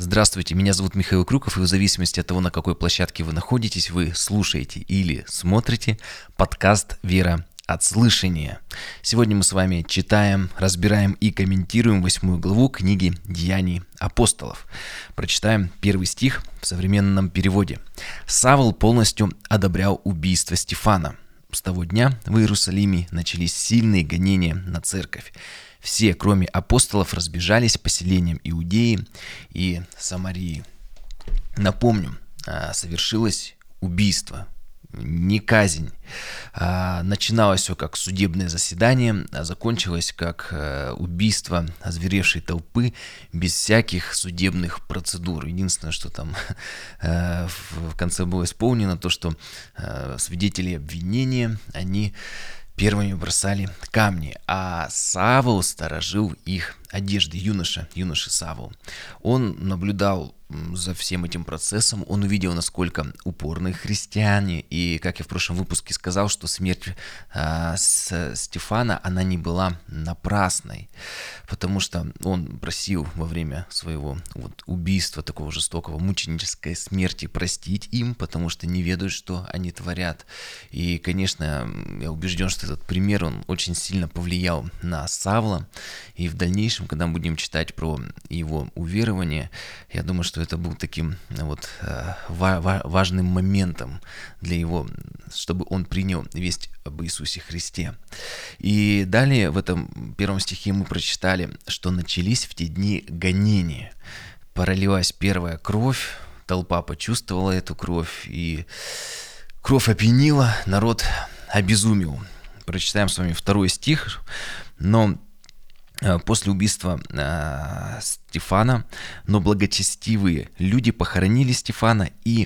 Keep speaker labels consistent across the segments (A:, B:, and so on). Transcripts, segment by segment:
A: Здравствуйте, меня зовут Михаил Крюков, и в зависимости от того, на какой площадке вы находитесь, вы слушаете или смотрите подкаст «Вера от слышания». Сегодня мы с вами читаем, разбираем и комментируем 8 главу книги «Деяний апостолов». Прочитаем первый стих в современном переводе. «Савл полностью одобрял убийство Стефана. С того дня в Иерусалиме начались сильные гонения на церковь. Все, кроме апостолов, разбежались по селениям Иудеи и Самарии». Напомню, совершилось убийство, не казнь. Начиналось все как судебное заседание, а закончилось как убийство озверевшей толпы без всяких судебных процедур. Единственное, что там в конце было исполнено, то, что свидетели обвинения, они первыми бросали камни, а Савл сторожил их одежды, юноша Савл. Он наблюдал за всем этим процессом, он увидел, насколько упорные христиане, и, как я в прошлом выпуске сказал, что смерть Стефана, она не была напрасной, потому что он просил во время своего убийства, такого жестокого, мученической смерти простить им, потому что не ведают, что они творят. И, конечно, я убежден, что этот пример, он очень сильно повлиял на Савла, и в дальнейшем, когда мы будем читать про его уверование, я думаю, что это был таким важным моментом для его, чтобы он принял весть об Иисусе Христе. И далее в этом первом стихе мы прочитали, что начались в те дни гонения. Пролилась первая кровь, толпа почувствовала эту кровь, и кровь опьянила, народ обезумел. Прочитаем с вами второй стих. Но после убийства Стефана, но благочестивые люди похоронили Стефана и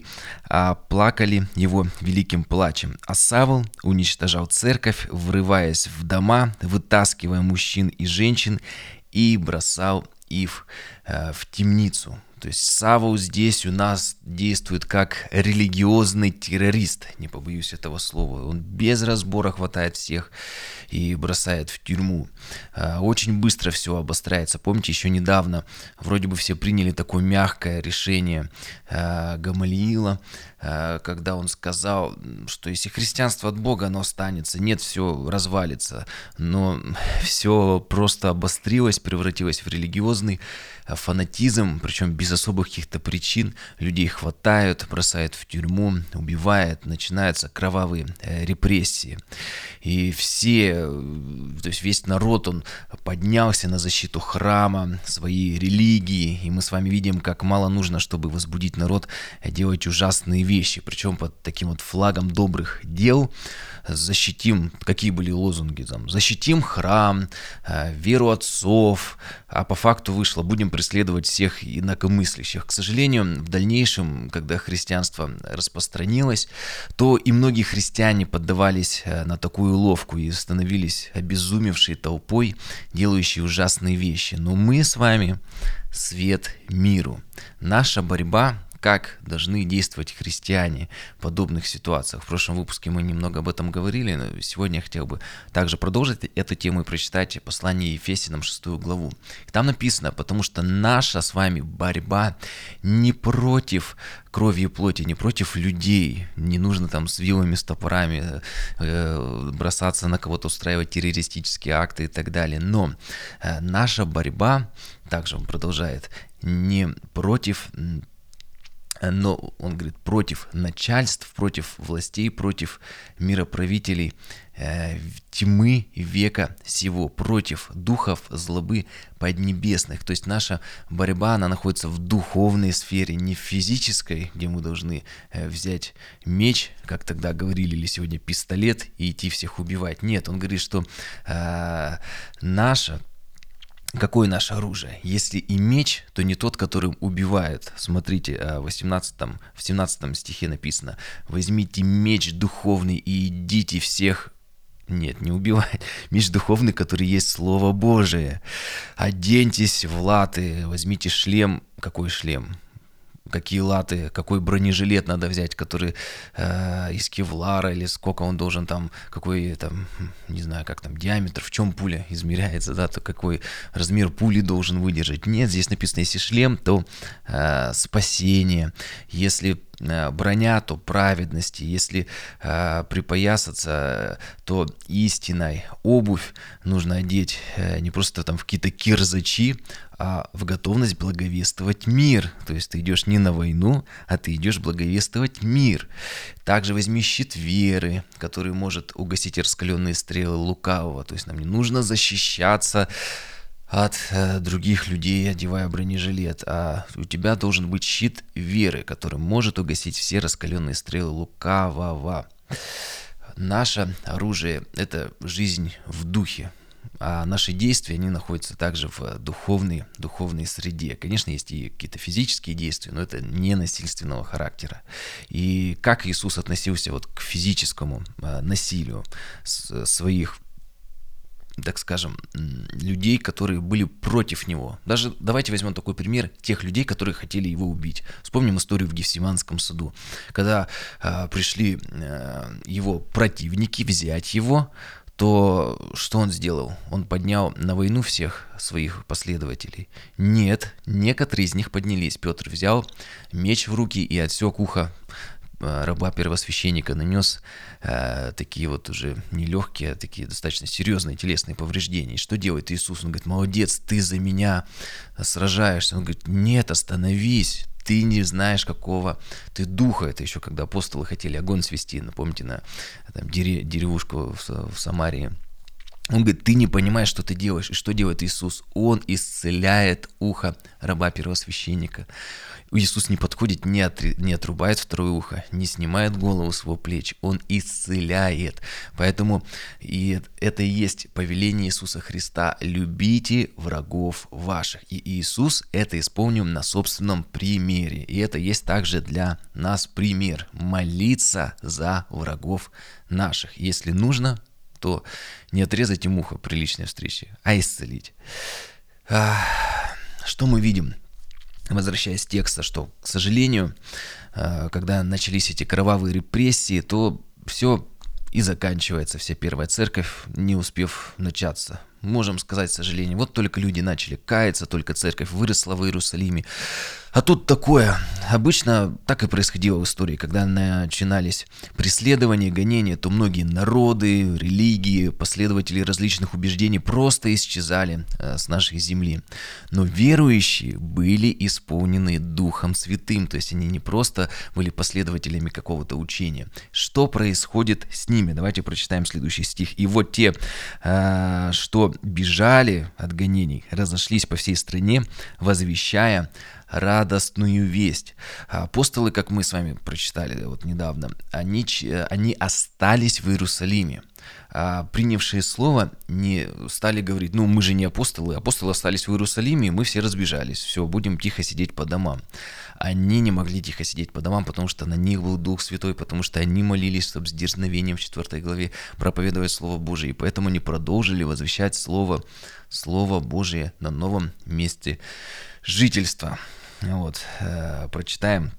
A: плакали его великим плачем. А Савл уничтожал церковь, врываясь в дома, вытаскивая мужчин и женщин и бросал их в темницу. То есть Савл здесь у нас действует как религиозный террорист, не побоюсь этого слова. Он без разбора хватает всех и бросает в тюрьму. Очень быстро все обостряется. Помните, еще недавно вроде бы все приняли такое мягкое решение Гамалиила, когда он сказал, что если христианство от Бога, оно останется, нет, все развалится. Но все просто обострилось, превратилось в религиозный фанатизм, причем без особых каких-то причин. Людей хватают, бросают в тюрьму, убивают, начинаются кровавые репрессии. И все, то есть весь народ, он поднялся на защиту храма, своей религии, и мы с вами видим, как мало нужно, чтобы возбудить народ делать ужасные вещи, причем под таким флагом добрых дел. Защитим, какие были лозунги там, защитим храм, веру отцов, а по факту вышло, будем преследовать всех инакомыслящих. К сожалению, в дальнейшем, когда христианство распространилось, то и многие христиане поддавались на такую уловку и становились обезумевшей толпой, делающей ужасные вещи. Но мы с вами свет миру. Наша борьба, как должны действовать христиане в подобных ситуациях. В прошлом выпуске мы немного об этом говорили, но сегодня я хотел бы также продолжить эту тему и прочитать послание Ефесянам 6 главу. Там написано: потому что наша с вами борьба не против крови и плоти, не против людей. Не нужно там с вилами, с топорами бросаться на кого-то, устраивать террористические акты и так далее. Но наша борьба, также он продолжает, не против, но он говорит, против начальств, против властей, против мироправителей тьмы века сего, против духов злобы поднебесных. То есть наша борьба, она находится в духовной сфере, не в физической, где мы должны взять меч, как тогда говорили, или сегодня пистолет, и идти всех убивать. Нет, он говорит, что какое наше оружие? Если и меч, то не тот, которым убивает. Смотрите, в 17 стихе написано: «Возьмите меч духовный и идите всех...» Нет, не убивать. Меч духовный, который есть Слово Божие. Оденьтесь в латы, возьмите шлем. Какой шлем? какие латы, какой бронежилет надо взять, который из кевлара, или сколько он должен там, какой там, не знаю, как там, диаметр, в чем пуля измеряется, да, то какой размер пули должен выдержать. Нет, здесь написано, если шлем, то спасение, если броня, то праведности, если припоясаться, то истиной. Обувь нужно одеть не просто там в какие-то кирзачи, а в готовность благовествовать мир. То есть ты идешь не на войну, а ты идешь благовествовать мир. Также возьми щит веры, который может угасить раскаленные стрелы лукавого. То есть нам не нужно защищаться от других людей, одевая бронежилет, а у тебя должен быть щит веры, который может угасить все раскаленные стрелы лукавого. Наше оружие – это жизнь в духе, а наши действия, они находятся также в духовной среде. Конечно, есть и какие-то физические действия, но это не насильственного характера. И как Иисус относился вот к физическому насилию своих, так скажем, людей, которые были против него. Даже давайте возьмем такой пример тех людей, которые хотели его убить. Вспомним историю в Гефсиманском саду, когда пришли его противники взять его, то что он сделал? Он поднял на войну всех своих последователей? Нет, некоторые из них поднялись. Петр взял меч в руки и отсек ухо раба первосвященника, нанес такие вот уже нелегкие, такие достаточно серьезные телесные повреждения. И что делает Иисус? Он говорит: молодец, ты за меня сражаешься. Он говорит: нет, остановись, ты не знаешь, какого ты духа. Это еще когда апостолы хотели огонь свести, напомните, на там, деревушку в Самарии. Он говорит: ты не понимаешь, что ты делаешь. И что делает Иисус? Он исцеляет ухо раба первосвященника. Иисус не подходит, не отрубает второе ухо, не снимает голову с его плеч. Он исцеляет. Поэтому это и есть повеление Иисуса Христа: любите врагов ваших. И Иисус это исполнил на собственном примере. И это есть также для нас пример: молиться за врагов наших. Если нужно, то не отрезать им ухо при личной встрече, а исцелить. Что мы видим? Возвращаясь к тексту, что, к сожалению, когда начались эти кровавые репрессии, то все и заканчивается, вся первая церковь, не успев начаться. Можем сказать, к сожалению, вот только люди начали каяться, только церковь выросла в Иерусалиме. А тут такое. Обычно так и происходило в истории, когда начинались преследования, гонения, то многие народы, религии, последователи различных убеждений просто исчезали с нашей земли. Но верующие были исполнены Духом Святым, то есть они не просто были последователями какого-то учения. Что происходит с ними? Давайте прочитаем следующий стих. «И вот те, что бежали от гонений, разошлись по всей стране, возвещая радостную весть». Апостолы, как мы с вами прочитали вот недавно, они остались в Иерусалиме. Принявшие слово не стали говорить: ну, мы же не апостолы. Апостолы остались в Иерусалиме, и мы все разбежались. Все, будем тихо сидеть по домам. Они не могли тихо сидеть по домам, потому что на них был Дух Святой, потому что они молились, чтобы с дерзновением в 4 главе проповедовать Слово Божие. И поэтому они продолжили возвещать Слово Божие на новом месте жительства. Вот, прочитаем.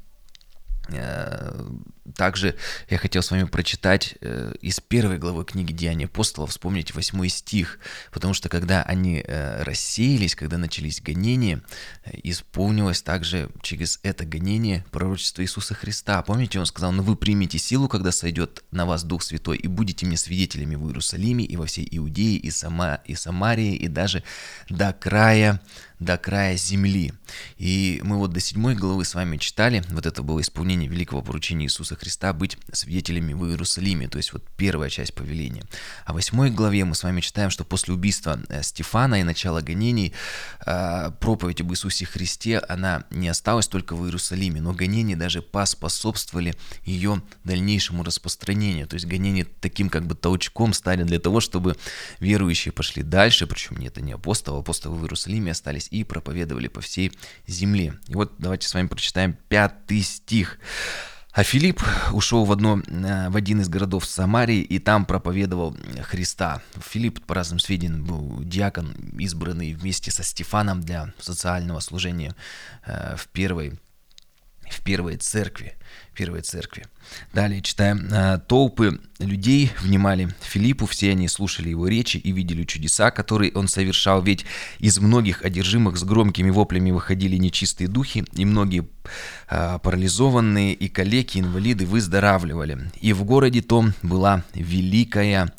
A: Также я хотел с вами прочитать из 1 главы книги «Деяния апостолов», вспомнить 8 стих, потому что когда они рассеялись, когда начались гонения, исполнилось также через это гонение пророчество Иисуса Христа. Помните, он сказал: «Но вы примете силу, когда сойдет на вас Дух Святой, и будете мне свидетелями в Иерусалиме и во всей Иудее, и Самарии, и даже до края земли». И мы вот до 7 главы с вами читали, вот это было исполнение великого поручения Иисуса Христа быть свидетелями в Иерусалиме, то есть вот первая часть повеления. А в 8 главе мы с вами читаем, что после убийства Стефана и начала гонений проповедь об Иисусе Христе, она не осталась только в Иерусалиме, но гонения даже поспособствовали ее дальнейшему распространению, то есть гонения таким как бы толчком стали для того, чтобы верующие пошли дальше, причем это не апостолы в Иерусалиме остались и проповедовали по всей земле. И вот давайте с вами прочитаем 5 стих. «А Филипп ушел в один из городов Самарии и там проповедовал Христа». Филипп, по разным сведениям, был диакон, избранный вместе со Стефаном для социального служения в первой первой церкви. Первой церкви. Далее читаем. Толпы людей внимали Филиппу, все они слушали его речи и видели чудеса, которые он совершал, ведь из многих одержимых с громкими воплями выходили нечистые духи, и многие парализованные и калеки, инвалиды выздоравливали. И в городе том была великая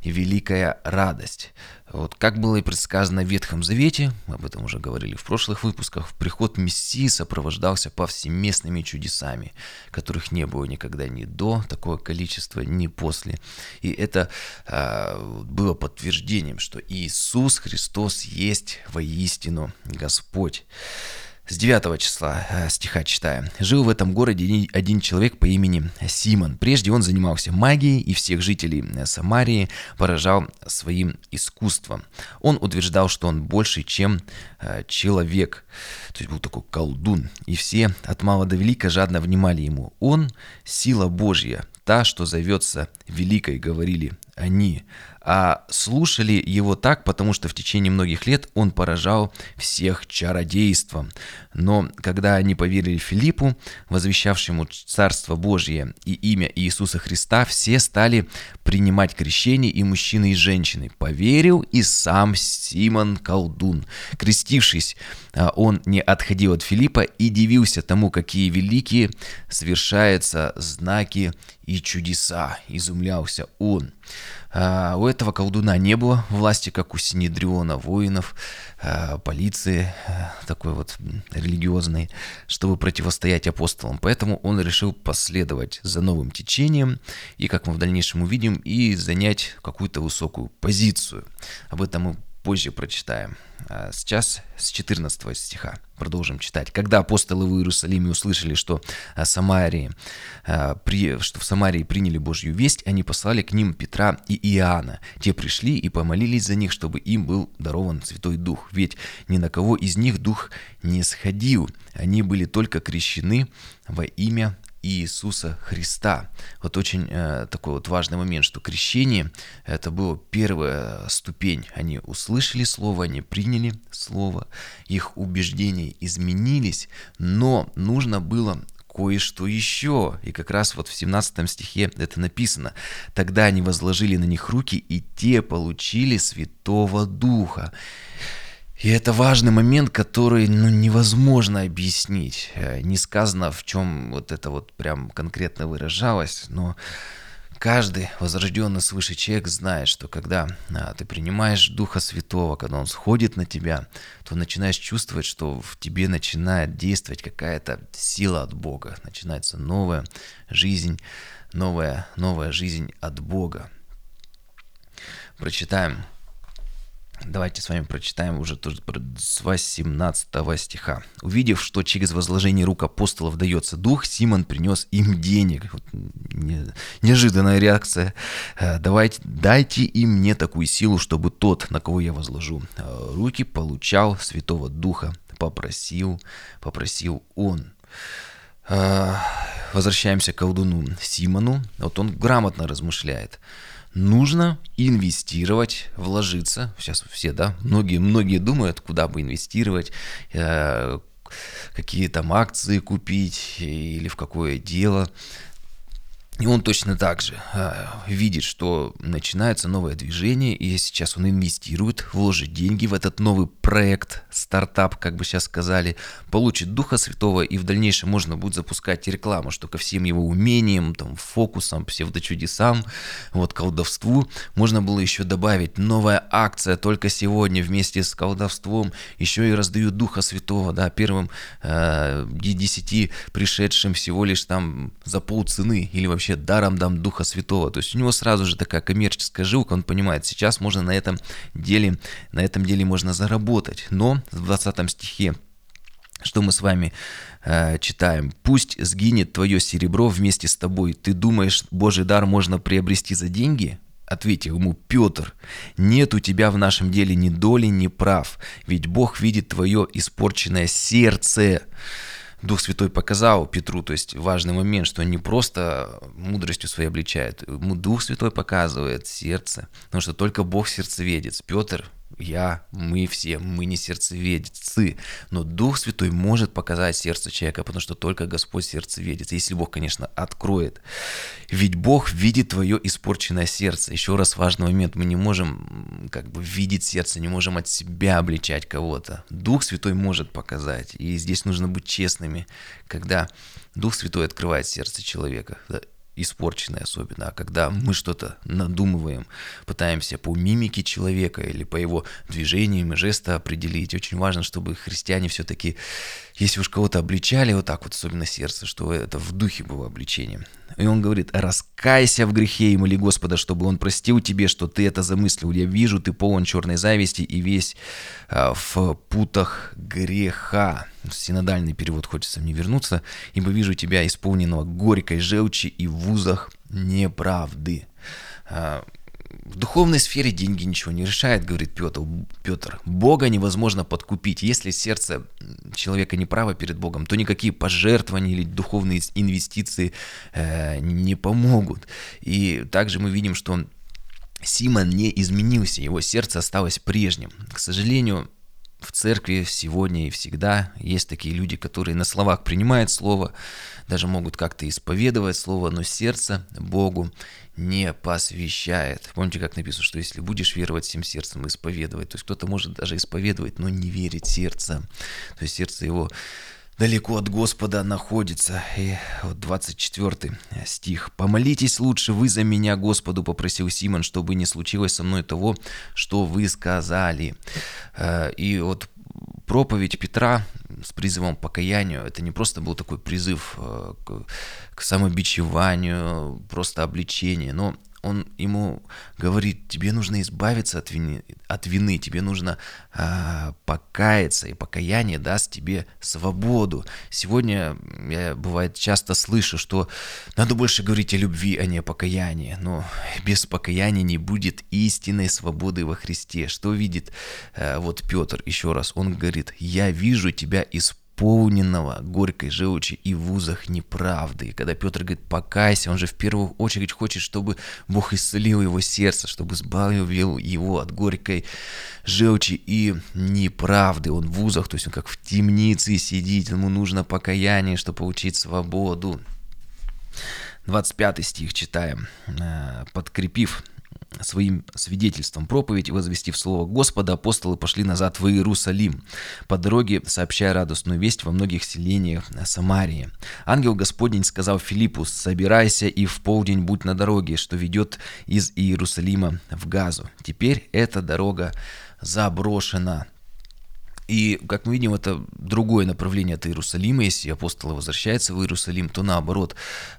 A: радость. Вот как было и предсказано в Ветхом Завете, об этом уже говорили в прошлых выпусках, приход Мессии сопровождался повсеместными чудесами, которых не было никогда ни до такого количества, ни после. И это было подтверждением, что Иисус Христос есть воистину Господь. С 9 числа стиха читаем. «Жил в этом городе один человек по имени Симон. Прежде он занимался магией и всех жителей Самарии поражал своим искусством. Он утверждал, что он больше, чем человек». То есть был такой колдун. И все от мала до велика жадно внимали ему. «Он – сила Божья, та, что зовется великой», говорили они. А слушали его так, потому что в течение многих лет он поражал всех чародейством. Но когда они поверили Филиппу, возвещавшему Царство Божье и имя Иисуса Христа, все стали принимать крещение, и мужчины, и женщины. Поверил и сам Симон колдун. Крестившись, он не отходил от Филиппа и дивился тому, какие великие совершаются знаки и чудеса. Изумлялся он. У этого колдуна не было власти, как у Синедриона, воинов, полиции, такой вот религиозной, чтобы противостоять апостолам. Поэтому он решил последовать за новым течением и, как мы в дальнейшем увидим, и занять какую-то высокую позицию. Об этом мы позже прочитаем. Сейчас с 14 стиха продолжим читать. «Когда апостолы в Иерусалиме услышали, что в Самарии приняли Божью весть, они послали к ним Петра и Иоанна. Те пришли и помолились за них, чтобы им был дарован Святой Дух. Ведь ни на кого из них Дух не сходил. Они были только крещены во имя Иисуса Христа». Вот очень такой вот важный момент, что крещение – это была первая ступень. Они услышали Слово, они приняли Слово, их убеждения изменились, но нужно было кое-что еще. И как раз вот в 17 стихе это написано. «Тогда они возложили на них руки, и те получили Святого Духа». И это важный момент, который невозможно объяснить. Не сказано, в чем вот это вот прям конкретно выражалось, но каждый возрожденный свыше человек знает, что когда ты принимаешь Духа Святого, когда Он сходит на тебя, то начинаешь чувствовать, что в тебе начинает действовать какая-то сила от Бога. Начинается новая жизнь, новая жизнь от Бога. Прочитаем. Давайте с вами прочитаем уже тоже с 18 стиха. «Увидев, что через возложение рук апостолов дается Дух, Симон принес им денег». Вот неожиданная реакция. «Дайте им мне такую силу, чтобы тот, на кого я возложу руки, получал Святого Духа». Попросил он. Возвращаемся к колдуну Симону. Вот он грамотно размышляет. Нужно инвестировать, вложиться. Сейчас все, многие думают, куда бы инвестировать, какие там акции купить или в какое дело. И он точно так же видит, что начинается новое движение, и сейчас он инвестирует, вложит деньги в этот новый проект, стартап, как бы сейчас сказали, получит Духа Святого, и в дальнейшем можно будет запускать рекламу, что ко всем его умениям, там, фокусам, псевдочудесам, вот, колдовству, можно было еще добавить новая акция только сегодня вместе с колдовством, еще и раздают Духа Святого, первым 10 пришедшим всего лишь там за полцены, или вообще даром дам Духа Святого. То есть у него сразу же такая коммерческая жилка, он понимает, сейчас можно на этом деле можно заработать. Но в 20 стихе, что мы с вами читаем: «Пусть сгинет твое серебро вместе с тобой. Ты думаешь, Божий дар можно приобрести за деньги?» Ответил ему Петр: «Нет у тебя в нашем деле ни доли, ни прав, ведь Бог видит твое испорченное сердце». Дух Святой показал Петру, то есть важный момент, что он не просто мудростью своей обличает, ему Дух Святой показывает сердце, потому что только Бог сердцеведец. Петр мы все, мы не сердцеведцы, но Дух Святой может показать сердце человека, потому что только Господь сердцеведец, если Бог, конечно, откроет. Ведь Бог видит твое испорченное сердце. Еще раз важный момент, мы не можем видеть сердце, не можем от себя обличать кого-то. Дух Святой может показать, и здесь нужно быть честными, когда Дух Святой открывает сердце человека, испорченное особенно, а когда мы что-то надумываем, пытаемся по мимике человека или по его движениям и жестам определить. Очень важно, чтобы христиане все-таки, если уж кого-то обличали вот так вот, особенно сердце, что это в духе было обличение. И он говорит: раскайся в грехе и моли Господа, чтобы он простил тебе, что ты это замыслил. Я вижу, ты полон черной зависти и весь в путах греха. Синодальный перевод, хочется мне вернуться. Ибо вижу тебя исполненного горькой желчи и в узах неправды. В духовной сфере деньги ничего не решает, говорит Петр. Бога невозможно подкупить. Если сердце человека неправо перед Богом, то никакие пожертвования или духовные инвестиции не помогут. И также мы видим, что Симон не изменился, его сердце осталось прежним. К сожалению, в церкви сегодня и всегда есть такие люди, которые на словах принимают слово, даже могут как-то исповедовать слово, но сердце Богу не посвящает. Помните, как написано, что если будешь веровать всем сердцем и исповедовать, то есть кто-то может даже исповедовать, но не верить сердцем. То есть сердце его далеко от Господа находится. И вот 24 стих. «Помолитесь лучше вы за меня, Господу, попросил Симон, чтобы не случилось со мной того, что вы сказали». И вот проповедь Петра с призывом к покаянию, это не просто был такой призыв к самобичеванию, просто обличение, но он ему говорит: тебе нужно избавиться от вины, тебе нужно покаяться, и покаяние даст тебе свободу. Сегодня я, бывает, часто слышу, что надо больше говорить о любви, а не о покаянии, но без покаяния не будет истинной свободы во Христе. Что видит вот Петр? Еще раз, он говорит: я вижу тебя исполненного горькой желчи и в узах неправды. И когда Петр говорит: покайся, он же в первую очередь хочет, чтобы Бог исцелил его сердце, чтобы избавил его от горькой желчи и неправды. Он в узах, то есть он как в темнице сидит, ему нужно покаяние, чтобы получить свободу. 25 стих читаем. «Подкрепив своим свидетельством проповедь и возвестив слово Господа, апостолы пошли назад в Иерусалим, по дороге сообщая радостную весть во многих селениях Самарии. Ангел Господень сказал Филиппу: собирайся и в полдень будь на дороге, что ведет из Иерусалима в Газу. Теперь эта дорога заброшена». И, как мы видим, это другое направление от Иерусалима. Если апостолы возвращаются в Иерусалим, то наоборот,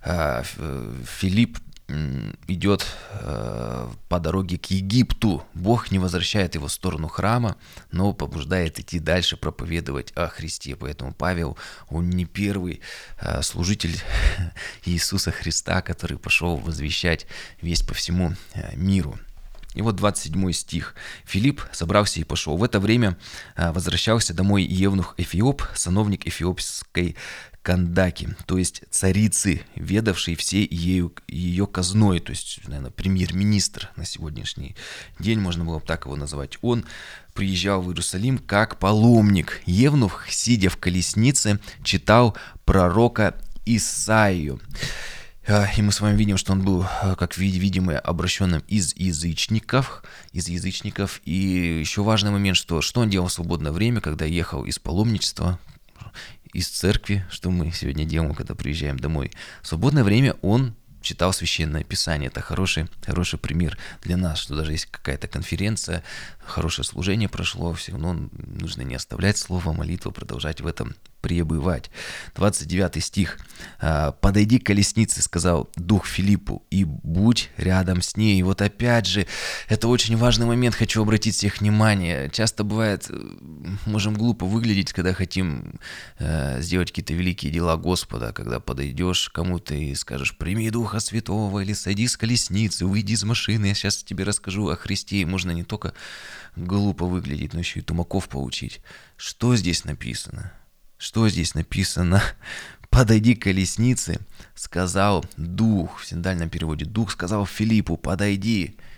A: Филипп идет по дороге к Египту. Бог не возвращает его в сторону храма, но побуждает идти дальше, проповедовать о Христе. Поэтому Павел, он не первый служитель Иисуса Христа, который пошел возвещать весть по всему миру. И вот 27 стих. «Филипп собрался и пошел. В это время возвращался домой евнух Эфиоп, сановник эфиопской Кандаки, то есть царицы, ведавшей всей ее казной», то есть, наверное, премьер-министр на сегодняшний день, можно было бы так его назвать. Он приезжал в Иерусалим как паломник. Евнух, сидя в колеснице, читал пророка Исаию. И мы с вами видим, что он был, как видимо, обращенным из язычников. И еще важный момент, что он делал в свободное время, когда ехал из паломничества, из церкви, что мы сегодня делаем, когда приезжаем домой. В свободное время он читал Священное Писание. Это хороший пример для нас, что даже если какая-то конференция, хорошее служение прошло, все равно нужно не оставлять слово, молитву, продолжать в этом пребывать. 29 стих. «Подойди к колеснице, сказал Дух Филиппу, и будь рядом с ней». И вот опять же, это очень важный момент, хочу обратить всех внимание. Часто бывает, можем глупо выглядеть, когда хотим сделать какие-то великие дела Господа, когда подойдешь к кому-то и скажешь: «Прими Духа Святого», или «Сойди с колесницы, выйди из машины, я сейчас тебе расскажу о Христе». И можно не только глупо выглядеть, но еще и тумаков получить. Что здесь написано? Что здесь написано? «Подойди к колеснице», сказал Дух, в синодальном переводе, Дух сказал Филиппу: подойди.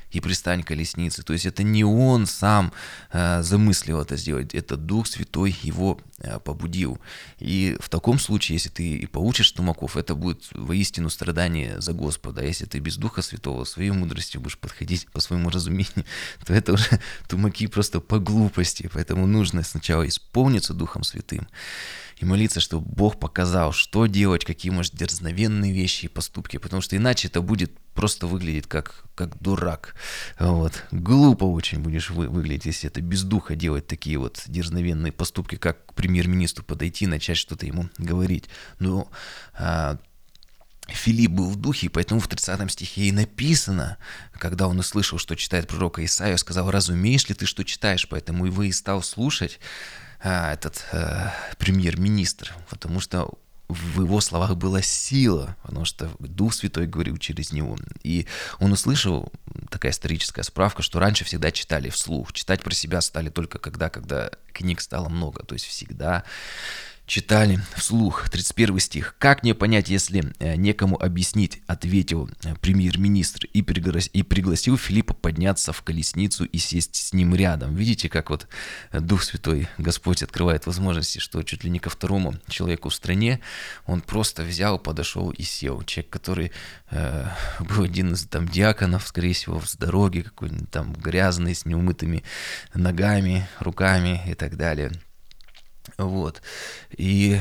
A: и пристань к колеснице. То есть это не он сам замыслил это сделать, это Дух Святой его побудил. И в таком случае, если ты и получишь тумаков, это будет воистину страдание за Господа. А если ты без Духа Святого своей мудростью будешь подходить по своему разумению, то это уже тумаки просто по глупости. Поэтому нужно сначала исполниться Духом Святым и молиться, чтобы Бог показал, что делать, какие, может, дерзновенные вещи и поступки, потому что иначе это будет просто выглядеть как дурак. Вот. Глупо очень будешь выглядеть, если это без духа делать такие вот дерзновенные поступки, как к премьер-министру подойти и начать что-то ему говорить. Но Филипп был в духе, и поэтому в 30 стихе и написано, когда он услышал, что читает пророка Исаию, сказал: «Разумеешь ли ты, что читаешь?» Поэтому его и стал слушать этот премьер-министр, потому что в его словах была сила, потому что Дух Святой говорил через него. И он услышал, такая историческая справка, что раньше всегда читали вслух. Читать про себя стали только когда книг стало много, то есть всегда читали вслух. 31 стих. «Как мне понять, если некому объяснить?» — ответил премьер-министр и пригласил Филиппа подняться в колесницу и сесть с ним рядом. Видите, как вот Дух Святой, Господь открывает возможности, что чуть ли не ко второму человеку в стране он просто взял, подошел и сел. Человек, который был один из там диаконов, скорее всего, с дороги, какой-нибудь там грязный, с неумытыми ногами, руками и так далее. Вот. И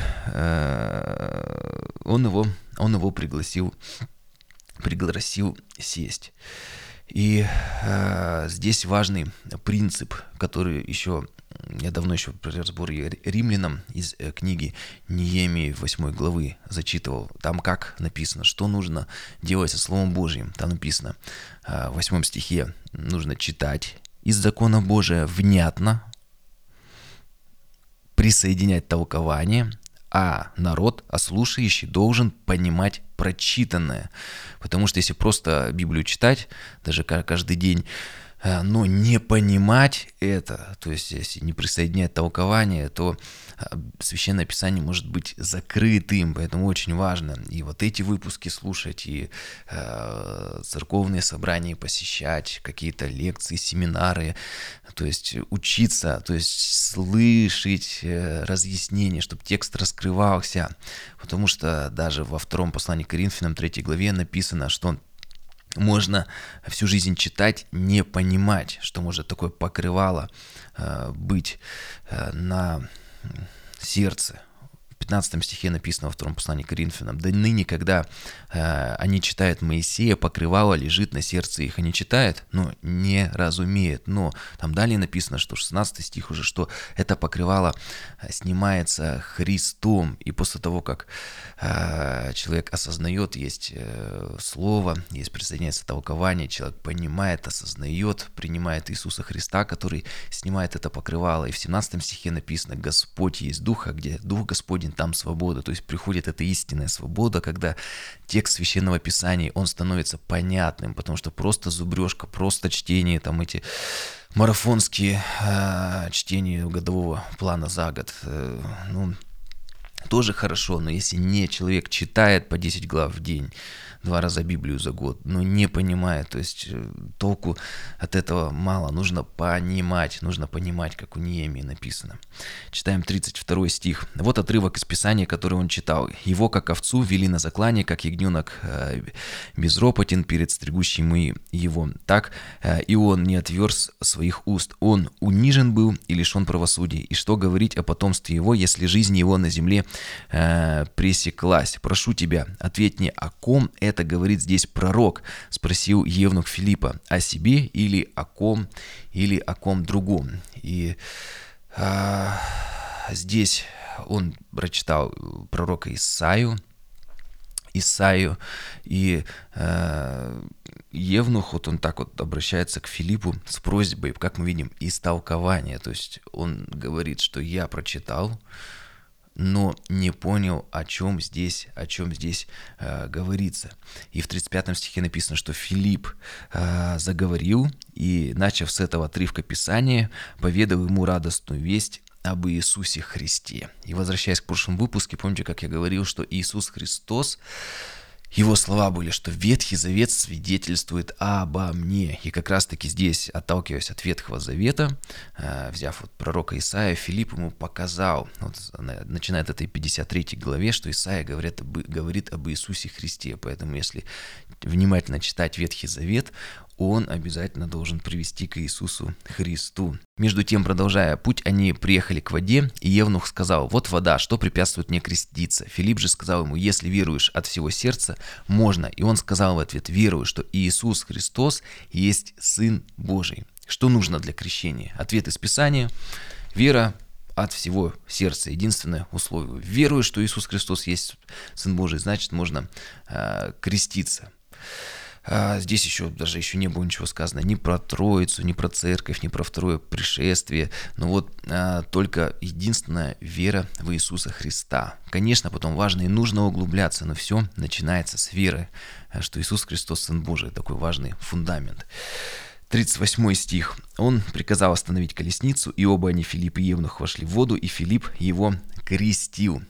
A: он его пригласил сесть. И здесь важный принцип, который я давно еще при разборе римлянам из книги Неемии 8 главы зачитывал. Там как написано, что нужно делать со Словом Божьим. Там написано в 8 стихе: нужно читать из закона Божия внятно, присоединять толкование, а народ, слушающий, должен понимать прочитанное. Потому что если просто Библию читать, даже каждый день, но не понимать это, то есть если не присоединять толкование, то Священное Писание может быть закрытым, поэтому очень важно и вот эти выпуски слушать, и церковные собрания посещать, какие-то лекции, семинары, то есть учиться, то есть слышать разъяснения, чтобы текст раскрывался, потому что даже во втором послании к Коринфянам 3 главе написано, что можно всю жизнь читать, не понимать, что может такое покрывало быть на сердце. В 15 стихе написано во втором послании к Коринфянам: «Да ныне, когда они читают Моисея, покрывало лежит на сердце их». Они читают, но не разумеют. Но там далее написано, что 16 стих уже, что это покрывало снимается Христом. И после того, как человек осознает, есть слово, есть присоединяется толкование, человек понимает, осознает, принимает Иисуса Христа, который снимает это покрывало. И в 17 стихе написано: «Господь есть Дух, а где Дух Господень, там свобода». То есть приходит эта истинная свобода, когда текст Священного Писания, он становится понятным, потому что просто зубрежка, просто чтение, там эти марафонские чтения годового плана за год, тоже хорошо, но если не человек читает по 10 глав в день, 2 раза Библию за год, но не понимает, то есть толку от этого мало, нужно понимать, как у Неемии написано. Читаем 32 стих. Вот отрывок из Писания, который он читал. «Его, как овцу, вели на заклание, как ягненок безропотен перед стригущим его. Так и он не отверз своих уст. Он унижен был и лишен правосудия. И что говорить о потомстве его, если жизнь его на земле пресеклась? Прошу тебя, ответь мне, о ком это говорит здесь пророк?» — спросил евнух Филиппа. «О себе или о ком другом?» И здесь он прочитал пророка Исаию, и евнух, вот он так вот обращается к Филиппу с просьбой, как мы видим, истолкования. То есть он говорит, что я прочитал, но не понял, о чем здесь говорится. И в 35 стихе написано, что Филипп заговорил и, начав с этого отрывка Писания, поведал ему радостную весть об Иисусе Христе. И возвращаясь к прошлому выпуску, помните, как я говорил, что Иисус Христос Его слова были, что Ветхий Завет свидетельствует обо мне. И как раз-таки здесь, отталкиваясь от Ветхого Завета, взяв вот пророка Исаия, Филипп ему показал, вот, начиная от этой 53 главе, что Исаия говорит об Иисусе Христе. Поэтому если внимательно читать Ветхий Завет, он обязательно должен привести к Иисусу Христу. Между тем, продолжая путь, они приехали к воде, и Евнух сказал: «Вот вода, что препятствует мне креститься?» Филипп же сказал ему: «Если веруешь от всего сердца, можно». И он сказал в ответ: «Верую, что Иисус Христос есть Сын Божий». Что нужно для крещения? Ответ из Писания: вера от всего сердца. Единственное условие. Верую, что Иисус Христос есть Сын Божий, значит, можно креститься. Здесь даже еще не было ничего сказано ни про Троицу, ни про Церковь, ни про второе пришествие. Но вот только единственная вера в Иисуса Христа. Конечно, потом важно и нужно углубляться, но все начинается с веры, что Иисус Христос Сын Божий. Такой важный фундамент. 38 стих. Он приказал остановить колесницу, и оба они, Филипп и Евнух, вошли в воду, и Филипп его крестил.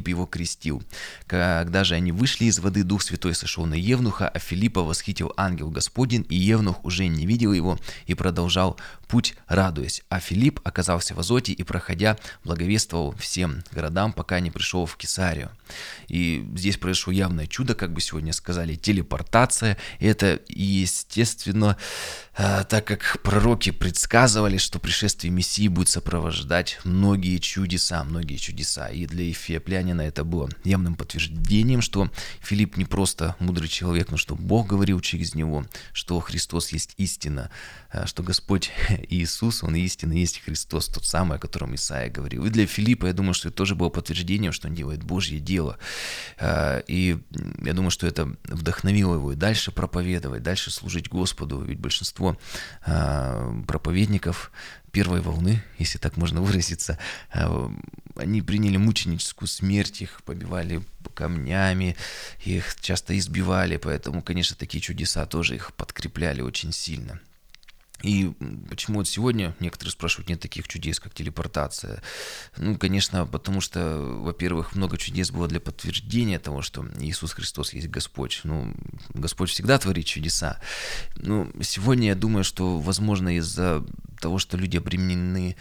A: Когда же они вышли из воды, Дух Святой сошел на Евнуха, а Филиппа восхитил ангел Господень, и Евнух уже не видел его и продолжал путь, радуясь. А Филипп оказался в Азоте и, проходя, благовествовал всем городам, пока не пришел в Кесарию. И здесь произошло явное чудо, как бы сегодня сказали, телепортация. Это, естественно, так как пророки предсказывали, что пришествие Мессии будет сопровождать многие чудеса. И для эфиоплянина это было явным подтверждением, что Филипп не просто мудрый человек, но что Бог говорил через него, что Христос есть истина, что Господь Иисус, Он истина, есть Христос, тот самый, о котором Исаия говорил. И для Филиппа, я думаю, что это тоже было подтверждением, что он делает Божье дело. И я думаю, что это вдохновило его и дальше проповедовать, дальше служить Господу. Ведь большинство проповедников первой волны, если так можно выразиться, они приняли мученическую смерть, их побивали камнями, их часто избивали, поэтому, конечно, такие чудеса тоже их подкрепляли очень сильно. И почему вот сегодня некоторые спрашивают, нет таких чудес, как телепортация? Конечно, потому что, во-первых, много чудес было для подтверждения того, что Иисус Христос есть Господь. Господь всегда творит чудеса. Сегодня я думаю, что, возможно, из-за того, что люди обременены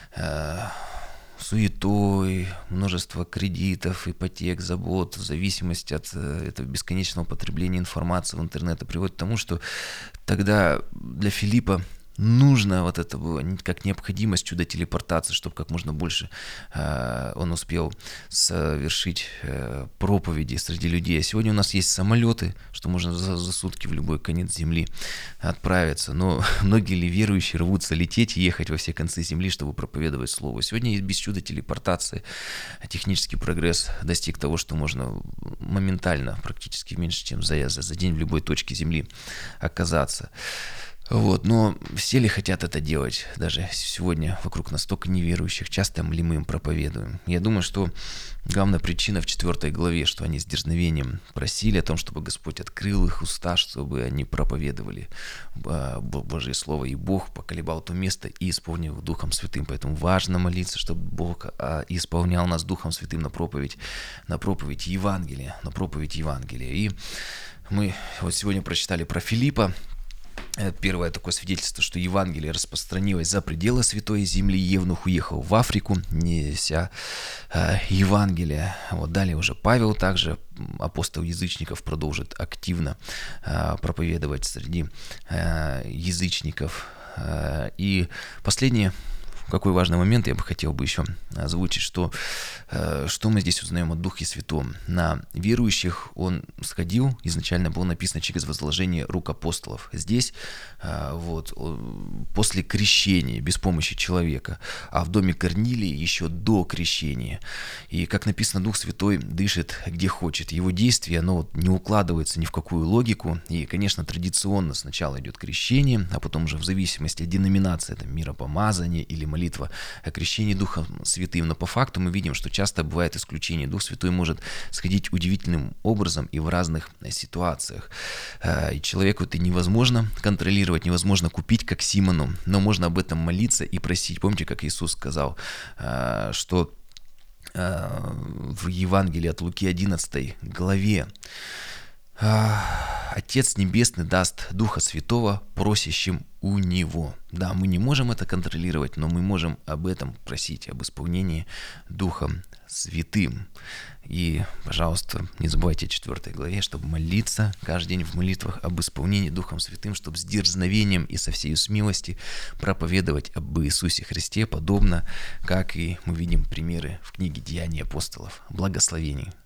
A: суетой, множество кредитов, ипотек, забот, зависимость от этого бесконечного потребления информации в интернете приводит к тому, что тогда для Филиппа нужно вот это было как необходимость чудо-телепортации, чтобы как можно больше он успел совершить проповеди среди людей. А сегодня у нас есть самолеты, что можно за сутки в любой конец земли отправиться. Но многие ли верующие рвутся лететь и ехать во все концы земли, чтобы проповедовать Слово? Сегодня есть без чуда-телепортации. Технический прогресс достиг того, что можно моментально, практически меньше, чем за день в любой точке земли оказаться. Но все ли хотят это делать? Даже сегодня вокруг нас столько неверующих, часто ли мы им проповедуем? Я думаю, что главная причина в 4 главе, что они с дерзновением просили о том, чтобы Господь открыл их уста, чтобы они проповедовали Божье Слово, и Бог поколебал то место и исполнил Духом Святым. Поэтому важно молиться, чтобы Бог исполнял нас Духом Святым на проповедь Евангелия. И мы вот сегодня прочитали про Филиппа. Первое такое свидетельство, что Евангелие распространилось за пределы Святой Земли. Евнух уехал в Африку, неся Евангелие. Далее уже Павел, также апостол язычников, продолжит активно проповедовать среди язычников. И последнее, какой важный момент я бы хотел еще озвучить, что мы здесь узнаем о Духе Святом. На верующих он сходил, изначально было написано через возложение рук апостолов. Здесь после крещения, без помощи человека, а в доме Корнилии еще до крещения. И как написано, Дух Святой дышит где хочет. Его действие, оно не укладывается ни в какую логику. И, конечно, традиционно сначала идет крещение, а потом уже в зависимости от деноминации, это миропомазание или молитва о крещении Духом Святым. Но по факту мы видим, что часто бывает исключение. Дух Святой может сходить удивительным образом и в разных ситуациях. И человеку это невозможно контролировать, невозможно купить, как Симону, но можно об этом молиться и просить. Помните, как Иисус сказал, что в Евангелии от Луки 11 главе Отец Небесный даст Духа Святого просящим у Него. Да, мы не можем это контролировать, но мы можем об этом просить, об исполнении Духом Святым. И, пожалуйста, не забывайте о 4 главе, чтобы молиться каждый день в молитвах об исполнении Духом Святым, чтобы с дерзновением и со всей смелости проповедовать об Иисусе Христе, подобно, как и мы видим примеры в книге «Деяния апостолов». Благословений.